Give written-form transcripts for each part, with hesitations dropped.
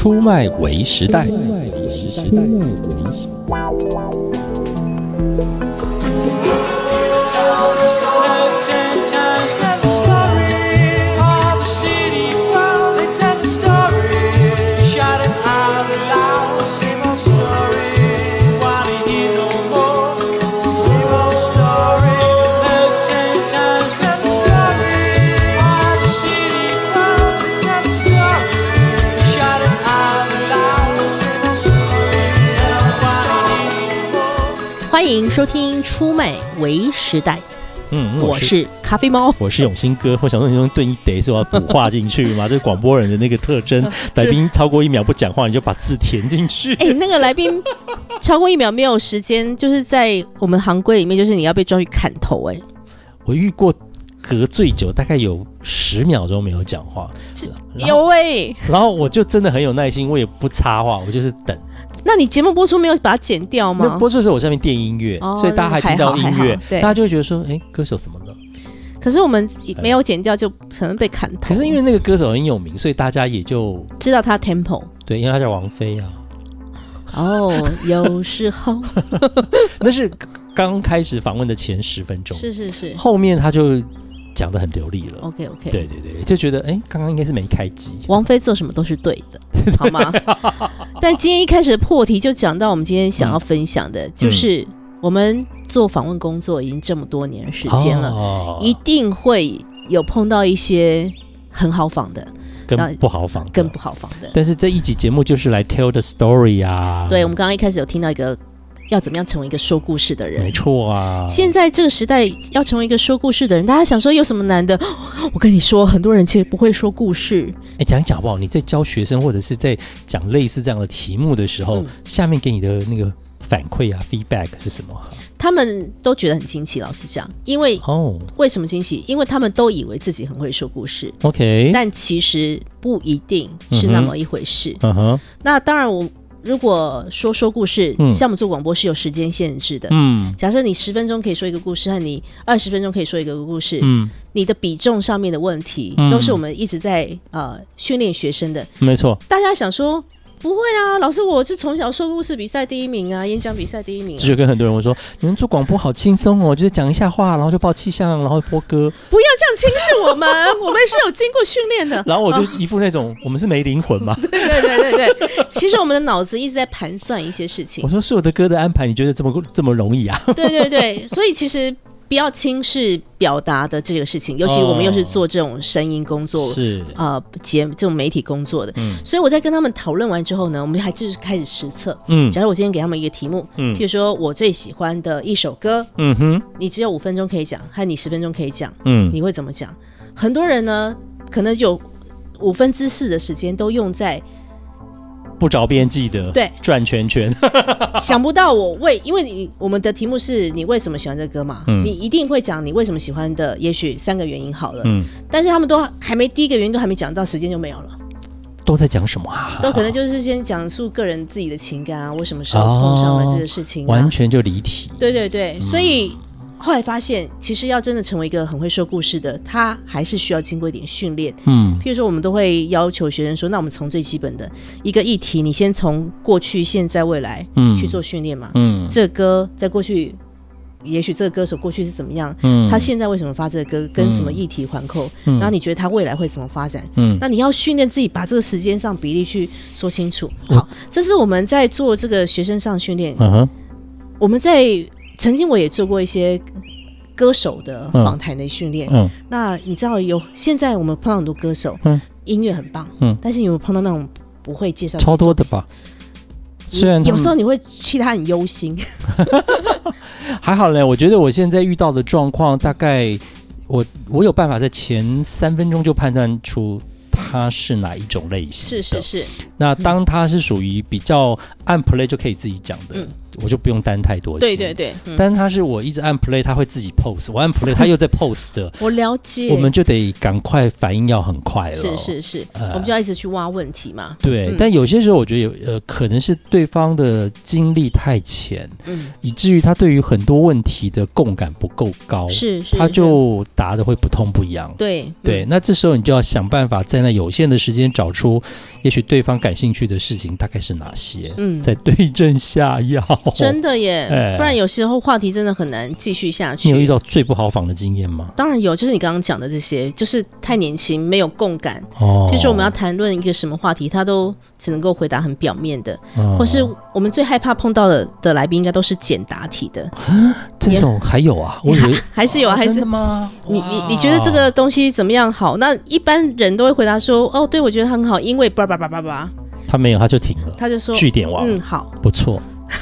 出卖为时代。 欢迎收听出卖为时代。我是咖啡猫， 我是永兴哥。我想说，你用顿一得是我要补话进去吗？这是广播人的那个特征，来宾超过1秒不讲话，你就把字填进去。 那个来宾超过1秒没有时间，就是在我们行规里面，就是你要被抓去砍头。 我遇过隔最久，大概有10秒钟没有讲话， 有然后我就真的很有耐心，我也不插话，我就是等。 那你节目播出没有把它剪掉吗？ 播出的时候我下面垫音乐，所以大家还听到音乐，大家就会觉得说，歌手怎么了？可是我们没有剪掉，就可能被砍头。 可是因为那个歌手很有名，所以大家也就知道他 tempo。对， 因为他叫王菲啊。 有时候那是刚开始访问的前10分钟， 是， 后面他就讲得很流利了。 OK， 对，就觉得刚刚应该是没开机。 王菲做什么都是对的，好吗？但今天一开始的破题就讲到我们今天想要分享的，就是我们做访问工作已经这么多年的时间了，一定会有碰到一些很好访的， 跟不好访的。 但是这一集节目就是来 tell the story 啊。 对，我们刚刚一开始有听到一个要怎么样成为一个说故事的人。 没错啊， 现在这个时代要成为一个说故事的人，大家想说有什么难的？我跟你说，很多人其实不会说故事。讲好不好？你在教学生或者是在讲类似这样的题目的时候，下面给你的那个反馈啊 feedback 是什么？ 他们都觉得很惊奇，老实讲，因为为什么惊奇？因为他们都以为自己很会说故事 ，OK， 但其实不一定是那么一回事。那当然如果说故事，像我们做广播是有时间限制的。假设你10分钟可以说一个故事，和你20分钟可以说一个故事，你的比重上面的问题，都是我们一直在训练学生的。 没错， 大家想说不会啊，老师，我就从小说故事比赛第1名啊，演讲比赛第1名。 这就跟很多人会说，你们做广播好轻松哦，就是讲一下话，然后就报气象，然后播歌。 不要这样轻视我们，我们是有经过训练的。 然后我就一副那种，我们是没灵魂嘛。 对，其实我们的脑子一直在盘算一些事情。 我说是我的歌的安排，你觉得这么容易啊？ 对，所以其实不要轻视表达的这个事情，尤其我们又是做这种声音工作，这种媒体工作的，所以我在跟他们讨论完之后呢，我们还就是开始实测。假如我今天给他们一个题目，譬如说我最喜欢的一首歌，你只有5分钟可以讲，和你10分钟可以讲，你会怎么讲？很多人呢，可能有4/5的时间都用在不着边际的转圈圈。 想不到因为我们的题目是你为什么喜欢这歌嘛，你一定会讲你为什么喜欢的，也许3个原因好了，但是他们都还没第1个原因都还没讲到，时间就没有了。都在讲什么啊？ 都可能就是先讲述个人自己的情感啊，我什么时候碰上了这个事情完全就离题。 对，所以后来发现，其实要真的成为一个很会说故事的，他还是需要经过一点训练。譬如说我们都会要求学生说，那我们从最基本的一个议题，你先从过去、现在、未来去做训练嘛。这个歌在过去，也许这个歌手过去是怎么样，他现在为什么发这个歌，跟什么议题环扣，然后你觉得他未来会怎么发展？那你要训练自己把这个时间上比例去说清楚。好，这是我们在做这个学生上训练。我们曾经我也做过一些歌手的访谈的训练。那你知道现在我们碰到很多歌手，音乐很棒，但是你有没有碰到那种不会介绍？ 超多的吧。虽然有时候你会替他很忧心。 还好嘞，我觉得我现在遇到的状况，大概我有办法在前3分钟就判断出它是哪一种类型的。 是。 那当它是属于比较按 play 就可以自己讲的， 我就不用担太多心。 对对对， 但是它是我一直按 play， 它会自己 post， 我按 play， 它又在 post 的。 我了解， 我们就得赶快反应要很快了。 是，我们就要一直去挖问题嘛。 对，但有些时候我觉得可能是对方的经历太浅，以至于他对于很多问题的共感不够高， 是， 他就答的会不痛不痒。 对， 那这时候你就要想办法在那有限的时间找出，也许对方感兴趣的事情大概是哪些，再对症下药。 真的耶，不然有时候话题真的很难继续下去。 你有遇到最不好仿的经验吗？ 当然有，就是你刚刚讲的这些，就是太年轻没有共感。譬如说我们要谈论一个什么话题，他都只能够回答很表面的，或是我们最害怕碰到的来宾应该都是简答题的。 这种还有啊？我以为还是有，还是真的吗？ 你觉得这个东西怎么样好？那一般人都会回答说，哦，对，我觉得很好，因为叭叭叭叭叭。 他没有，他就停了， 他就说句点王， 好， 不错。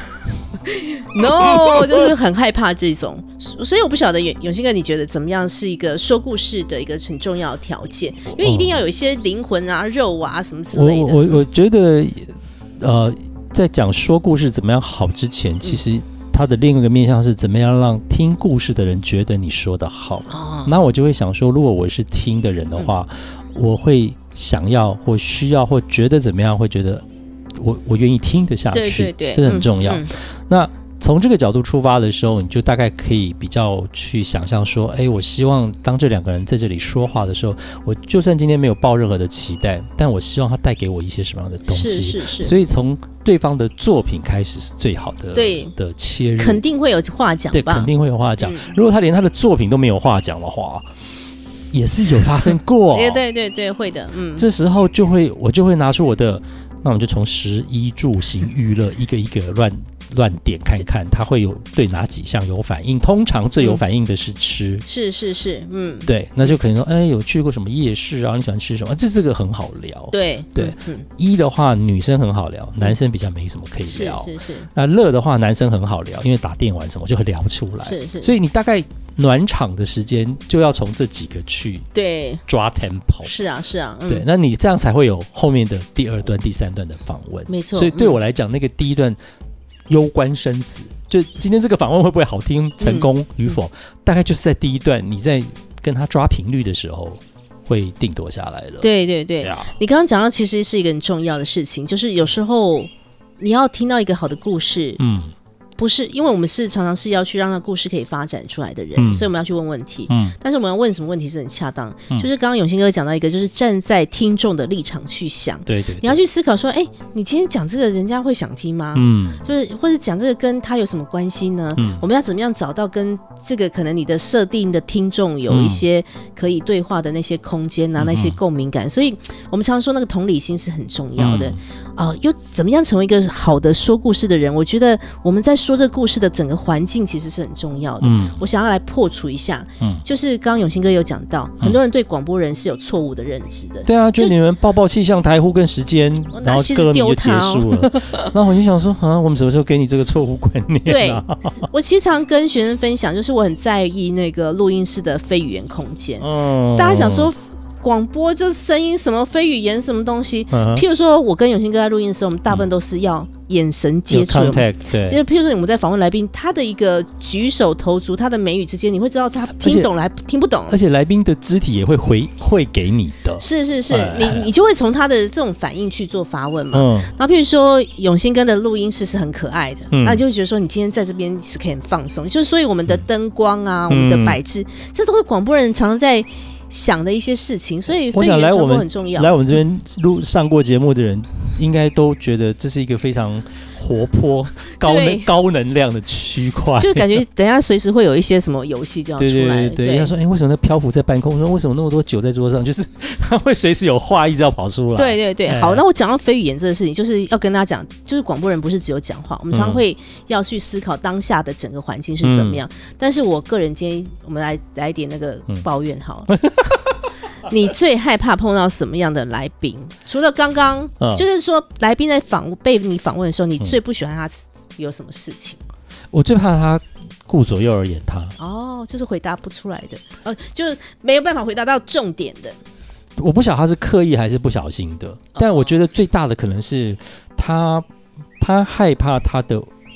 No， 就是很害怕这种，所以我不晓得永兴哥，你觉得怎么样是一个说故事的一个很重要的条件？因为一定要有一些灵魂啊、肉啊什么之类的。 我觉得，在讲说故事怎么样好之前，其实它的另一个面向是怎么样让听故事的人觉得你说的好。那我就会想说，如果我是听的人的话，我会想要或需要或觉得怎么样，会觉得我愿意听得下去，对，这很重要。那从这个角度出发的时候，你就大概可以比较去想象说，我希望当这两个人在这里说话的时候，我就算今天没有抱任何的期待，但我希望他带给我一些什么样的东西。是。所以从对方的作品开始是最好的的切入， 肯定会有话讲吧？ 对，肯定会有话讲。如果他连他的作品都没有话讲的话，也是有发生过。 对，会的。 这时候我就会拿出我的，那我们就从食衣住行娱乐一个一个乱点看看，他会有对哪几项有反应？通常最有反应的是吃， 是， 对，那就可能说，有去过什么夜市啊？你喜欢吃什么？这个很好聊， 对， 一的话，女生很好聊，男生比较没什么可以聊。 是。 那乐的话，男生很好聊，因为打电玩什么就会聊出来。是。所以你大概暖场的时间就要从这几个去抓 tempo。是啊。对，那你这样才会有后面的第二段、第三段的访问。 没错。 所以对我来讲，那个第一段攸关生死，就今天这个访问会不会好听、成功与否，大概就是在第一段你在跟他抓频率的时候会定夺下来了。对， 你刚刚讲到其实是一个很重要的事情，就是有时候你要听到一个好的故事，不是因为我们是常常是要去让那故事可以发展出来的人，所以我们要去问问题。但是我们要问什么问题是很恰当，就是刚刚永兴哥讲到一个，就是站在听众的立场去想。对，你要去思考说，你今天讲这个人家会想听吗？就是或者讲这个跟他有什么关系呢？我们要怎么样找到跟这个可能你的设定的听众有一些可以对话的那些空间啊，那些共鸣感。所以我们常常说那个同理心是很重要的。又怎么样成为一个好的说故事的人？我觉得我们在说这个故事的整个环境其实是很重要的。我想要来破除一下，就是刚刚永兴哥有讲到，很多人对广播人是有错误的认知的。 对啊，就你们报气象台呼跟时间，然后歌名就结束了。然后我就想说，我们什么时候给你这个错误观念？ 对，我其实常跟学生分享，就是我很在意那个录音室的非语言空间。大家想说，广播就是声音什么非语言什么东西，譬如说我跟永兴哥在录音的时候，我们大部分都是要眼神接触， 对， 就是譬如说我们在访问来宾，他的一个举手投足，他的眉宇之间，你会知道他听懂了还听不懂， 而且来宾的肢体也会给你的， 是，你就会从他的这种反应去做发问嘛。然后譬如说永兴哥的录音室是很可爱的，那你就会觉得说你今天在这边是可以很放松，就是所以我们的灯光啊，我们的摆置，这都是广播人常常在想的一些事情，所以非语言传播很重要。 来我们这边上过节目的人，应该都觉得这是一个非常活泼、高能量的区块， 就感觉等一下随时会有一些什么游戏就要出来。 对，他说：“为什么那漂浮在半空中？为什么那么多酒在桌上？就是他会随时有话一直要跑出来。”对， 好，那我讲到非语言这个事情，就是要跟大家讲，就是广播人不是只有讲话，我们常会要去思考当下的整个环境是怎么样。但是我个人今天我们来一点那个抱怨好了。你最害怕碰到什么样的来宾？除了刚刚，就是说来宾在被你访问的时候，你最不喜欢他有什么事情？ 我最怕他顾左右而言他。 就是回答不出来的，就是没有办法回答到重点的。 我不晓得他是刻意还是不小心的，但我觉得最大的可能是他害怕他的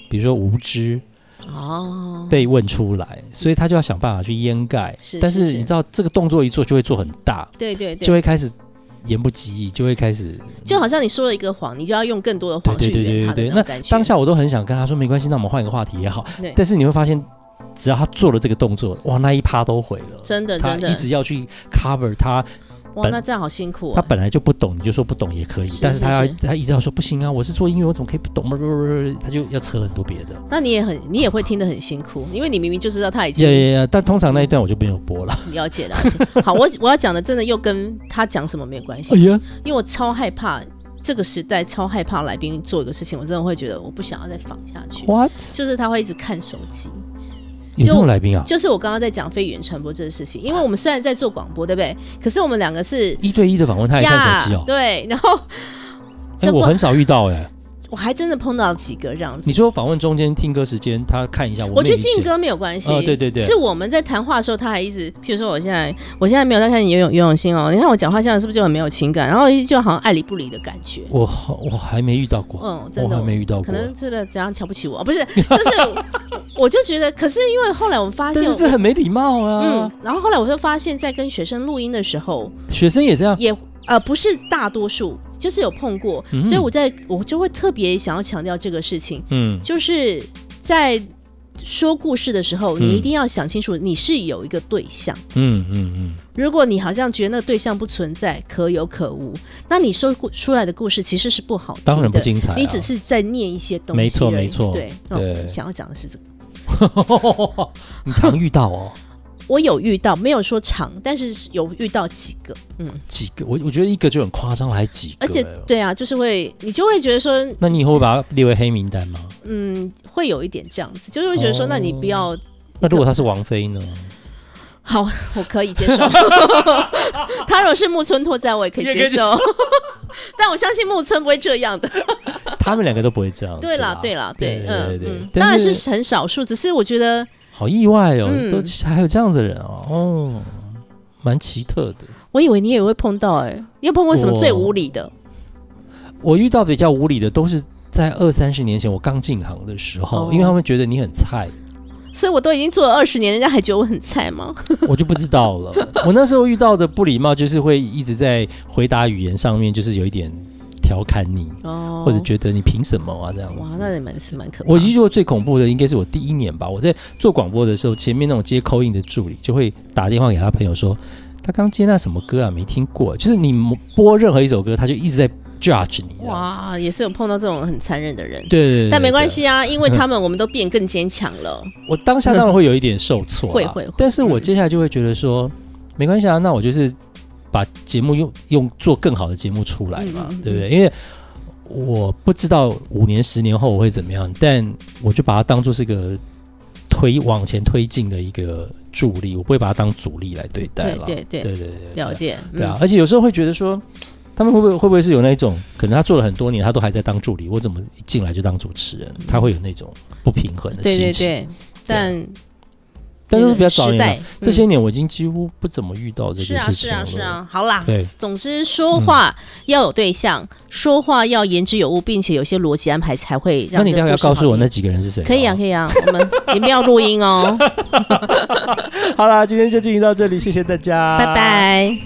比如说无知被问出来，所以他就要想办法去掩盖。但是你知道这个动作一做就会做很大， 对对对， 就会开始言不及义，就会开始就好像你说了一个谎，你就要用更多的谎去圆他的那种感觉。 那当下我都很想跟他说没关系，那我们换一个话题也好。但是你会发现，只要他做了这个动作，哇，那一趴都毁了。 真的， 他一直要去 cover 他。 哇，那这样好辛苦他本来就不懂，你就说不懂也可以，但是他一直要说不行啊，我是做音乐，我怎么可以不懂？他就要扯很多别的。 那你也会听得很辛苦，因为你明明就知道他已经。 但通常那一段我就没有播了。 了解。好，我要讲的真的又跟他讲什么没有关系。因为我超害怕这个时代，超害怕来宾做一个事情，我真的会觉得我不想要再放下去。 What？ 就是他会一直看手机。 有这种来宾啊？ 就是我刚刚在讲非语言传播这个事情，因为我们虽然在做广播，对不对？可是我们两个是 1对1的访问，他也看手机哦。 对，然后我很少遇到我还真的碰到几个这样子。 你说访问中间听歌时间，他看一下我觉得进歌没有关系。 对对对， 是我们在谈话的时候，他还一直，譬如说我现在没有在看游泳心哦，你看我讲话现在是不是就很没有情感，然后就好像爱理不理的感觉。 我还没遇到过， 真的我还没遇到过， 可能是这样瞧不起我，不是，就是我就觉得，可是因为后来我们发现， 但是这很没礼貌啊。 然后后来我就发现，在跟学生录音的时候， 学生也这样， 也不是大多数。就是有碰过，所以我就会特别想要强调这个事情。就是在说故事的时候，你一定要想清楚，你是有一个对象。如果你好像觉得那个对象不存在，可有可无，那你说出来的故事其实是不好听的， 当然不精彩。 你只是在念一些东西。 没错没错， 对，想要讲的是这个。 你常遇到哦？ 我有遇到，没有说长，但是有遇到几个， 几个，我觉得一个就很夸张，还几个， 而且对啊，就是你就会觉得说， 那你以后会把它列为黑名单吗？ 会有一点这样子，就是会觉得说，那你不要。 那如果他是王菲呢？ 好，我可以接受。他如果是木村拓哉，我也可以接受。但我相信木村不会这样的。 他们两个都不会这样。 对啦，对，当然是很少数，只是我觉得。 好意外哦，都还有这样的人哦，蛮奇特的。 我以为你也会碰到你有碰过什么最无理的？ 我遇到比较无理的都是在20-30年前我刚进行的时候，因为他们觉得你很菜， 所以我都已经做了20年，人家还觉得我很菜吗？ 我就不知道了。我那时候遇到的不礼貌，就是会一直在回答语言上面，就是有一点。调侃你，或者觉得你凭什么啊这样子？ 哇，那也是蛮可怕的。 我记得最恐怖的应该是我第1年吧。我在做广播的时候，前面那种接 call in 的助理就会打电话给他朋友说，他刚接那什么歌啊，没听过。就是你播任何一首歌，他就一直在 judge 你。 哇，也是有碰到这种很残忍的人。 对， 但没关系啊，因为他们我们都变更坚强了。 我当下当然会有一点受挫，会，但是我接下来就会觉得说，没关系啊，那我就是。把节目用做更好的节目出来嘛，对不对？因为我不知道5年、10年后我会怎么样，但我就把它当作是个往前推进的一个助力，我不会把它当阻力来对待了。对， 了解。 对啊，而且有时候会觉得说，他们会不会是有那种可能他做了很多年，他都还在当助理，我怎么一进来就当主持人？他会有那种不平衡的心情。 对， 但是比较早年这些年我已经几乎不怎么遇到这个事情了。 是啊，好啦，总之说话要有对象，说话要言之有物，并且有些逻辑安排才会让。 那你待会要告诉我那几个人是谁？ 可以啊，我们你不要录音哦。 好啦，今天就进行到这里，谢谢大家， 拜拜。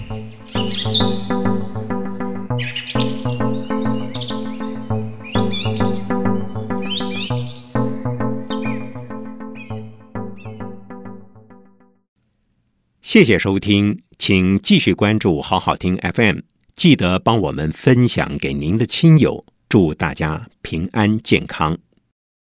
谢谢收听，请继续关注好好听 FM， 记得帮我们分享给您的亲友，祝大家平安健康。